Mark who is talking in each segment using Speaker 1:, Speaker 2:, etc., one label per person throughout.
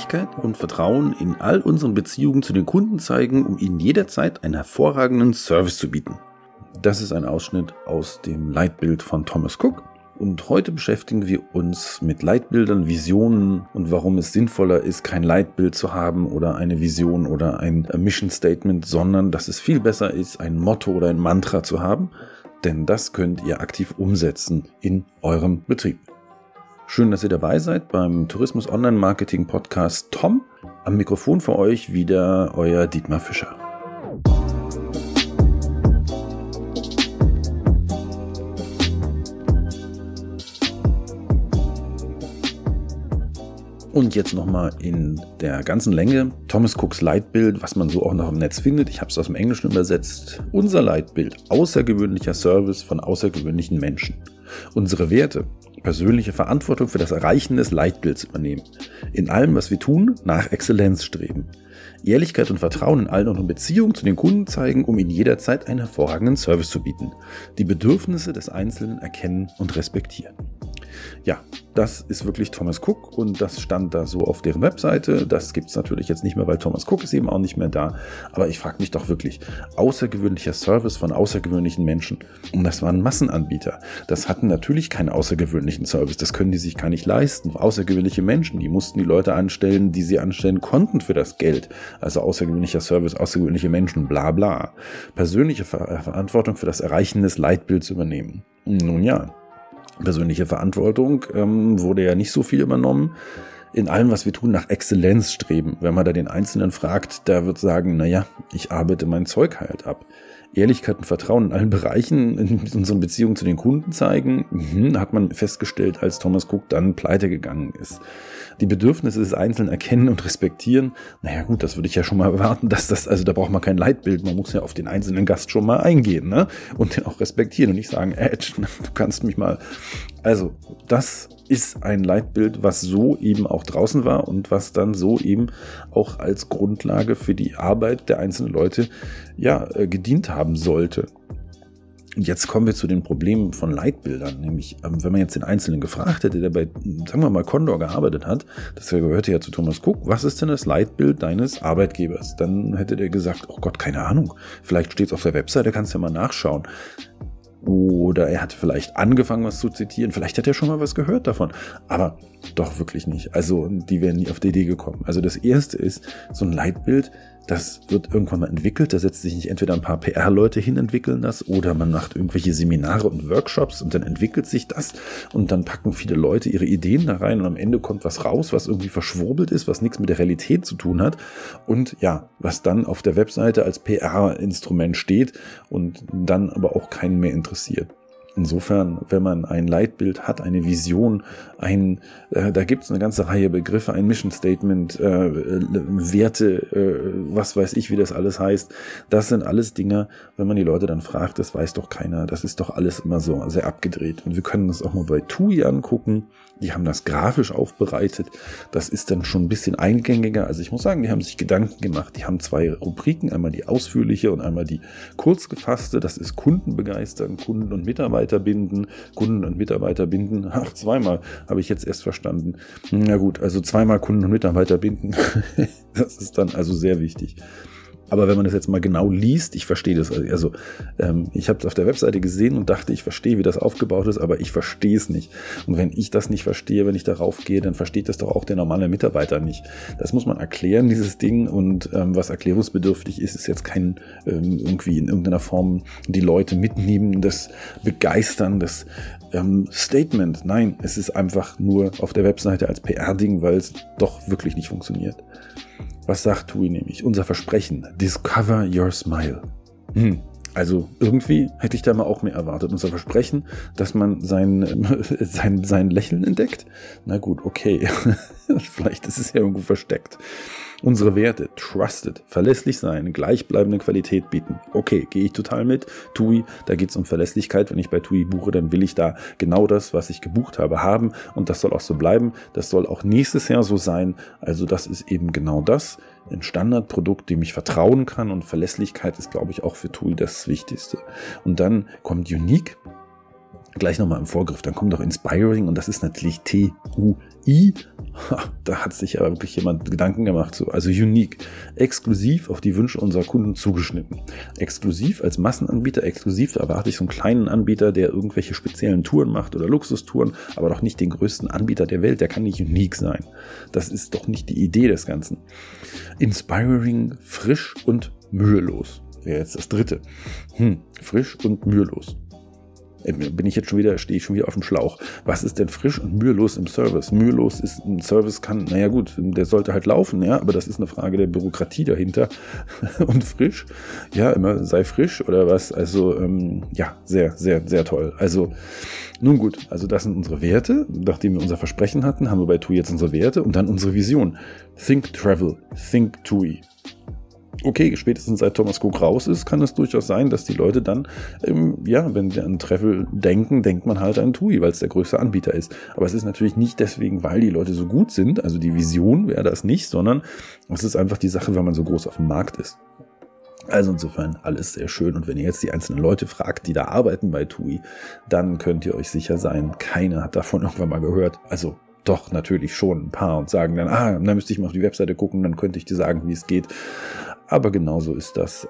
Speaker 1: Ehrlichkeit und Vertrauen in all unseren Beziehungen zu den Kunden zeigen, um ihnen jederzeit einen hervorragenden Service zu bieten. Das ist ein Ausschnitt aus dem Leitbild von Thomas Cook. Und heute beschäftigen wir uns mit Leitbildern, Visionen und warum es sinnvoller ist, kein Leitbild zu haben oder eine Vision oder ein Mission Statement, sondern dass es viel besser ist, ein Motto oder ein Mantra zu haben, denn das könnt ihr aktiv umsetzen in eurem Betrieb. Schön, dass ihr dabei seid beim Tourismus Online Marketing Podcast Tom. Am Mikrofon für euch wieder euer Dietmar Fischer. Und jetzt nochmal in der ganzen Länge Thomas Cooks Leitbild, was man so auch noch im Netz findet. Ich habe es aus dem Englischen übersetzt. Unser Leitbild: außergewöhnlicher Service von außergewöhnlichen Menschen. Unsere Werte: persönliche Verantwortung für das Erreichen des Leitbilds übernehmen. In allem, was wir tun, nach Exzellenz streben. Ehrlichkeit und Vertrauen in allen unseren Beziehungen zu den Kunden zeigen, um ihnen jederzeit einen hervorragenden Service zu bieten. Die Bedürfnisse des Einzelnen erkennen und respektieren. Ja, das ist wirklich Thomas Cook und das stand da so auf deren Webseite. Das gibt es natürlich jetzt nicht mehr, weil Thomas Cook ist eben auch nicht mehr da. Aber ich frage mich doch wirklich, außergewöhnlicher Service von außergewöhnlichen Menschen. Und das waren Massenanbieter. Das hatten natürlich keinen außergewöhnlichen Service. Das können die sich gar nicht leisten. Außergewöhnliche Menschen, die mussten die Leute anstellen, die sie anstellen konnten für das Geld. Also außergewöhnlicher Service, außergewöhnliche Menschen, bla bla. Persönliche Verantwortung für das Erreichen des Leitbilds übernehmen. Nun ja. Persönliche Verantwortung wurde ja nicht so viel übernommen. In allem, was wir tun, nach Exzellenz streben. Wenn man da den Einzelnen fragt, der wird sagen, naja, ich arbeite mein Zeug halt ab. Ehrlichkeit und Vertrauen in allen Bereichen in unseren Beziehungen zu den Kunden zeigen, hat man festgestellt, als Thomas Cook dann pleite gegangen ist. Die Bedürfnisse des Einzelnen erkennen und respektieren, naja gut, das würde ich ja schon mal erwarten, dass das, also da braucht man kein Leitbild, man muss ja auf den einzelnen Gast schon mal eingehen, ne? Und den auch respektieren und nicht sagen, du kannst mich mal. Also, das ist ein Leitbild, was so eben auch draußen war und was dann so eben auch als Grundlage für die Arbeit der einzelnen Leute gedient haben sollte. Und jetzt kommen wir zu den Problemen von Leitbildern, nämlich wenn man jetzt den Einzelnen gefragt hätte, der bei, sagen wir mal, Condor gearbeitet hat, das gehörte ja zu Thomas Cook, was ist denn das Leitbild deines Arbeitgebers? Dann hätte der gesagt, oh Gott, keine Ahnung, vielleicht steht es auf der Webseite, kannst du ja mal nachschauen. Oder er hat vielleicht angefangen, was zu zitieren. Vielleicht hat er schon mal was gehört davon. Aber doch wirklich nicht. Also die wären nie auf die Idee gekommen. Also das Erste ist, so ein Leitbild, das wird irgendwann mal entwickelt. Da setzt sich nicht entweder ein paar PR-Leute hin, entwickeln das, oder man macht irgendwelche Seminare und Workshops und dann entwickelt sich das und dann packen viele Leute ihre Ideen da rein und am Ende kommt was raus, was irgendwie verschwurbelt ist, was nichts mit der Realität zu tun hat und ja, was dann auf der Webseite als PR-Instrument steht und dann aber auch keinen mehr interessiert. Insofern, wenn man ein Leitbild hat, eine Vision, da gibt es eine ganze Reihe Begriffe, ein Mission Statement, Werte, was weiß ich, wie das alles heißt. Das sind alles Dinge, wenn man die Leute dann fragt, das weiß doch keiner. Das ist doch alles immer so sehr abgedreht. Und wir können das auch mal bei TUI angucken. Die haben das grafisch aufbereitet. Das ist dann schon ein bisschen eingängiger. Also ich muss sagen, die haben sich Gedanken gemacht. Die haben 2 Rubriken, einmal die ausführliche und einmal die kurz gefasste. Das ist Kunden begeistern, Kunden und Mitarbeiter binden. Kunden und Mitarbeiter binden. Ach, 2-mal habe ich jetzt erst verstanden. Na gut, also 2-mal Kunden und Mitarbeiter binden. Das ist dann also sehr wichtig. Aber wenn man das jetzt mal genau liest, ich verstehe das. Also ich habe es auf der Webseite gesehen und dachte, ich verstehe, wie das aufgebaut ist, aber ich verstehe es nicht. Und wenn ich das nicht verstehe, wenn ich darauf gehe, dann versteht das doch auch der normale Mitarbeiter nicht. Das muss man erklären, dieses Ding. Und was erklärungsbedürftig ist, ist jetzt kein irgendwie in irgendeiner Form die Leute mitnehmen, das Begeistern, das Statement. Nein, es ist einfach nur auf der Webseite als PR-Ding, weil es doch wirklich nicht funktioniert. Was sagt TUI nämlich? Unser Versprechen: Discover your smile. Also irgendwie hätte ich da mal auch mehr erwartet. Unser Versprechen, dass man sein Lächeln entdeckt? Na gut, okay. Vielleicht ist es ja irgendwo versteckt. Unsere Werte: trusted, verlässlich sein, gleichbleibende Qualität bieten. Okay, gehe ich total mit. TUI, da geht es um Verlässlichkeit. Wenn ich bei TUI buche, dann will ich da genau das, was ich gebucht habe, haben. Und das soll auch so bleiben. Das soll auch nächstes Jahr so sein. Also das ist eben genau das. Ein Standardprodukt, dem ich vertrauen kann. Und Verlässlichkeit ist, glaube ich, auch für TUI das Wichtigste. Und dann kommt Unique. Gleich nochmal im Vorgriff, dann kommt auch Inspiring und das ist natürlich TUI. I, da hat sich ja wirklich jemand Gedanken gemacht. So. Also unique, exklusiv auf die Wünsche unserer Kunden zugeschnitten. Exklusiv als Massenanbieter, exklusiv erwarte ich so einen kleinen Anbieter, der irgendwelche speziellen Touren macht oder Luxustouren, aber doch nicht den größten Anbieter der Welt. Der kann nicht unique sein. Das ist doch nicht die Idee des Ganzen. Inspiring, frisch und mühelos. Wäre jetzt das dritte. Frisch und mühelos. Stehe ich schon wieder auf dem Schlauch. Was ist denn frisch und mühelos im Service? Mühelos ist ein Service naja gut, der sollte halt laufen, ja, aber das ist eine Frage der Bürokratie dahinter. Und frisch, ja, immer sei frisch oder was, also, ja, sehr, sehr, sehr toll. Also, nun gut, also das sind unsere Werte. Nachdem wir unser Versprechen hatten, haben wir bei TUI jetzt unsere Werte und dann unsere Vision. Think Travel, Think TUI. Okay, spätestens seit Thomas Cook raus ist, kann es durchaus sein, dass die Leute dann, wenn sie an Travel denken, denkt man halt an TUI, weil es der größte Anbieter ist. Aber es ist natürlich nicht deswegen, weil die Leute so gut sind, also die Vision wäre das nicht, sondern es ist einfach die Sache, weil man so groß auf dem Markt ist. Also insofern alles sehr schön. Und wenn ihr jetzt die einzelnen Leute fragt, die da arbeiten bei TUI, dann könnt ihr euch sicher sein, keiner hat davon irgendwann mal gehört. Also doch, natürlich schon ein paar und sagen dann, dann müsste ich mal auf die Webseite gucken, dann könnte ich dir sagen, wie es geht. Aber genauso ist das.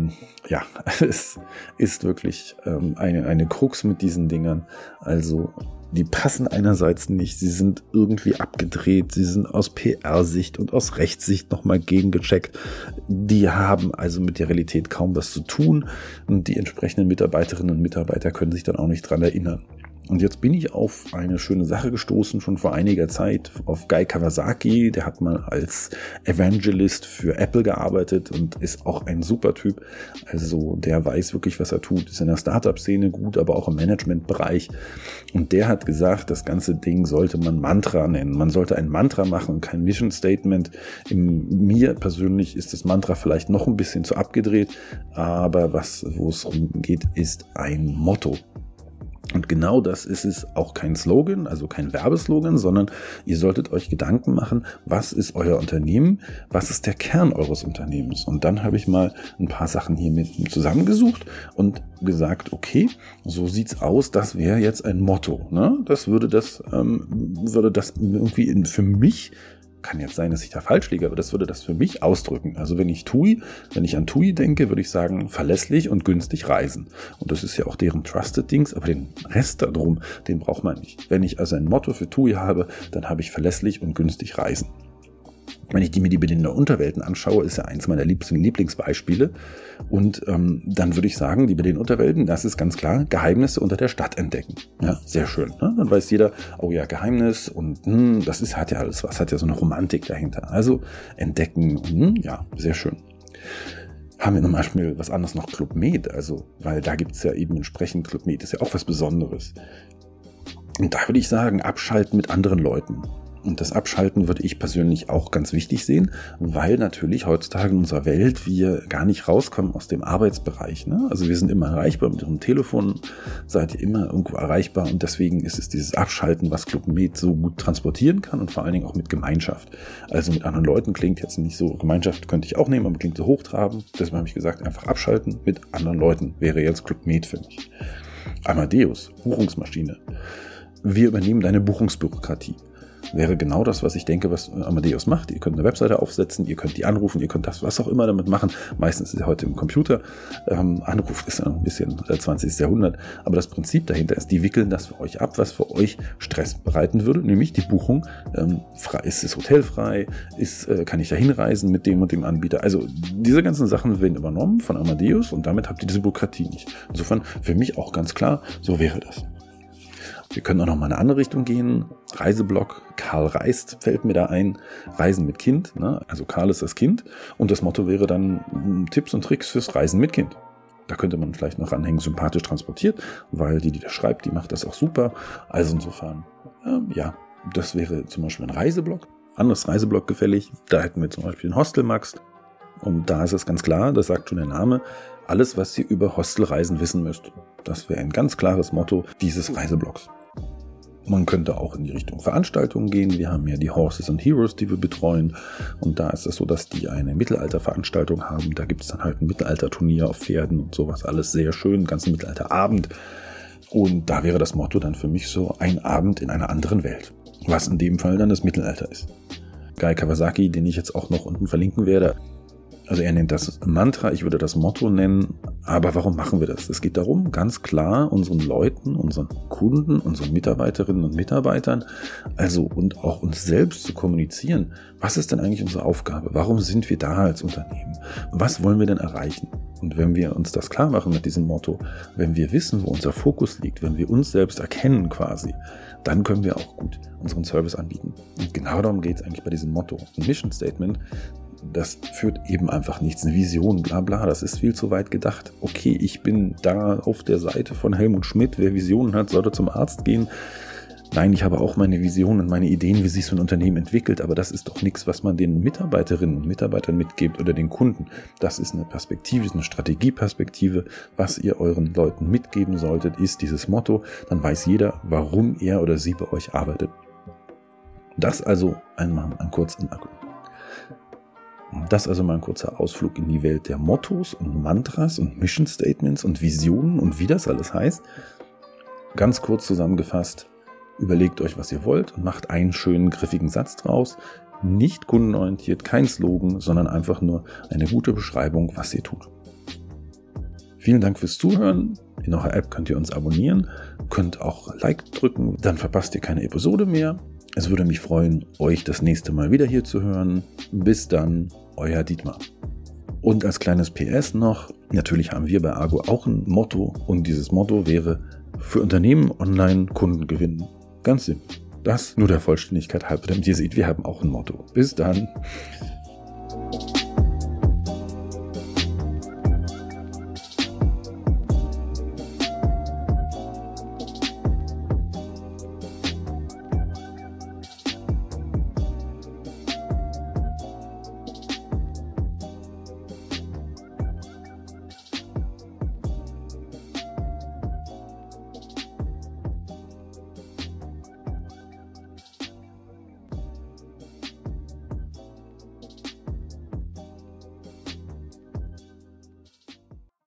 Speaker 1: Es ist wirklich eine Krux mit diesen Dingern. Also die passen einerseits nicht, sie sind irgendwie abgedreht, sie sind aus PR-Sicht und aus Rechtssicht nochmal gegengecheckt. Die haben also mit der Realität kaum was zu tun und die entsprechenden Mitarbeiterinnen und Mitarbeiter können sich dann auch nicht dran erinnern. Und jetzt bin ich auf eine schöne Sache gestoßen, schon vor einiger Zeit, auf Guy Kawasaki. Der hat mal als Evangelist für Apple gearbeitet und ist auch ein super Typ. Also der weiß wirklich, was er tut. Ist in der Startup-Szene gut, aber auch im Managementbereich. Und der hat gesagt, das ganze Ding sollte man Mantra nennen. Man sollte ein Mantra machen und kein Mission Statement. Mir persönlich ist das Mantra vielleicht noch ein bisschen zu abgedreht, aber wo es rumgeht, ist ein Motto. Und genau das ist es, auch kein Slogan, also kein Werbeslogan, sondern ihr solltet euch Gedanken machen, was ist euer Unternehmen, was ist der Kern eures Unternehmens. Und dann habe ich mal ein paar Sachen hier mit zusammengesucht und gesagt, okay, so sieht's aus, das wäre jetzt ein Motto. Ne? Das würde das irgendwie für mich, kann jetzt sein, dass ich da falsch liege, aber das würde das für mich ausdrücken. Also wenn ich an TUI denke, würde ich sagen, verlässlich und günstig reisen. Und das ist ja auch deren Trusted-Dings, aber den Rest darum, den braucht man nicht. Wenn ich also ein Motto für TUI habe, dann habe ich verlässlich und günstig reisen. Wenn ich mir die Berliner Unterwelten anschaue, ist ja eins meiner Lieblingsbeispiele. Und dann würde ich sagen, die Berliner Unterwelten, das ist ganz klar, Geheimnisse unter der Stadt entdecken. Ja, sehr schön. Ne? Dann weiß jeder, oh ja, Geheimnis und hat ja alles was, hat ja so eine Romantik dahinter. Also entdecken, ja, sehr schön. Haben wir zum Beispiel was anderes noch, Club Med, also, weil da gibt es ja eben entsprechend, Club Med ist ja auch was Besonderes. Und da würde ich sagen, abschalten mit anderen Leuten. Und das Abschalten würde ich persönlich auch ganz wichtig sehen, weil natürlich heutzutage in unserer Welt wir gar nicht rauskommen aus dem Arbeitsbereich. Ne? Also wir sind immer erreichbar mit unserem Telefon, seid ihr immer irgendwo erreichbar und deswegen ist es dieses Abschalten, was Club Med so gut transportieren kann und vor allen Dingen auch mit Gemeinschaft. Also mit anderen Leuten klingt jetzt nicht so, Gemeinschaft könnte ich auch nehmen, aber klingt so hochtrabend. Deswegen habe ich gesagt, einfach abschalten mit anderen Leuten wäre jetzt Club Med für mich. Amadeus, Buchungsmaschine. Wir übernehmen deine Buchungsbürokratie. Wäre genau das, was ich denke, was Amadeus macht. Ihr könnt eine Webseite aufsetzen, ihr könnt die anrufen, ihr könnt das, was auch immer damit machen. Meistens ist es heute im Computer. Anruf ist ein bisschen 20. Jahrhundert. Aber das Prinzip dahinter ist, die wickeln das für euch ab, was für euch Stress bereiten würde. Nämlich die Buchung. Ist das Hotel frei? Kann ich da hinreisen mit dem und dem Anbieter? Also diese ganzen Sachen werden übernommen von Amadeus und damit habt ihr diese Bürokratie nicht. Insofern für mich auch ganz klar, so wäre das. Wir können auch noch mal in eine andere Richtung gehen. Reiseblog, Karl reist, fällt mir da ein. Reisen mit Kind, ne? Also Karl ist das Kind. Und das Motto wäre dann Tipps und Tricks fürs Reisen mit Kind. Da könnte man vielleicht noch anhängen, sympathisch transportiert, weil die das schreibt, die macht das auch super. Also insofern, das wäre zum Beispiel ein Reiseblog. Anderes Reiseblog gefällig. Da hätten wir zum Beispiel den Hostelmax. Und da ist es ganz klar, das sagt schon der Name, alles, was ihr über Hostelreisen wissen müsst. Das wäre ein ganz klares Motto dieses Reiseblogs. Man könnte auch in die Richtung Veranstaltungen gehen. Wir haben ja die Horses and Heroes, die wir betreuen. Und da ist es so, dass die eine Mittelalterveranstaltung haben. Da gibt es dann halt ein Mittelalterturnier auf Pferden und sowas. Alles sehr schön, einen ganzen Mittelalterabend. Und da wäre das Motto dann für mich so, ein Abend in einer anderen Welt. was in dem Fall dann das Mittelalter ist. Guy Kawasaki, den ich jetzt auch noch unten verlinken werde, also er nennt das Mantra, ich würde das Motto nennen, aber warum machen wir das? Es geht darum, ganz klar unseren Leuten, unseren Kunden, unseren Mitarbeiterinnen und Mitarbeitern, also und auch uns selbst zu kommunizieren, was ist denn eigentlich unsere Aufgabe? Warum sind wir da als Unternehmen? Was wollen wir denn erreichen? Und wenn wir uns das klar machen mit diesem Motto, wenn wir wissen, wo unser Fokus liegt, wenn wir uns selbst erkennen quasi, dann können wir auch gut unseren Service anbieten. Und genau darum geht es eigentlich bei diesem Motto. Ein Mission Statement, das führt eben einfach nichts. Eine Vision, bla bla, das ist viel zu weit gedacht. Okay, ich bin da auf der Seite von Helmut Schmidt. Wer Visionen hat, sollte zum Arzt gehen. Nein, ich habe auch meine Visionen und meine Ideen, wie sich so ein Unternehmen entwickelt, aber das ist doch nichts, was man den Mitarbeiterinnen und Mitarbeitern mitgibt oder den Kunden. Das ist eine Perspektive, ist eine Strategieperspektive. Was ihr euren Leuten mitgeben solltet, ist dieses Motto. Dann weiß jeder, warum er oder sie bei euch arbeitet. Das also einmal ein kurzer Ausflug in die Welt der Mottos und Mantras und Mission Statements und Visionen und wie das alles heißt. Ganz kurz zusammengefasst, überlegt euch, was ihr wollt und macht einen schönen, griffigen Satz draus. Nicht kundenorientiert, kein Slogan, sondern einfach nur eine gute Beschreibung, was ihr tut. Vielen Dank fürs Zuhören. In eurer App könnt ihr uns abonnieren, könnt auch Like drücken, dann verpasst ihr keine Episode mehr. Es würde mich freuen, euch das nächste Mal wieder hier zu hören. Bis dann, euer Dietmar. Und als kleines PS noch, natürlich haben wir bei Argo auch ein Motto und dieses Motto wäre: für Unternehmen online Kunden gewinnen. Ganz simpel. Das nur der Vollständigkeit halber, damit ihr seht, wir haben auch ein Motto. Bis dann.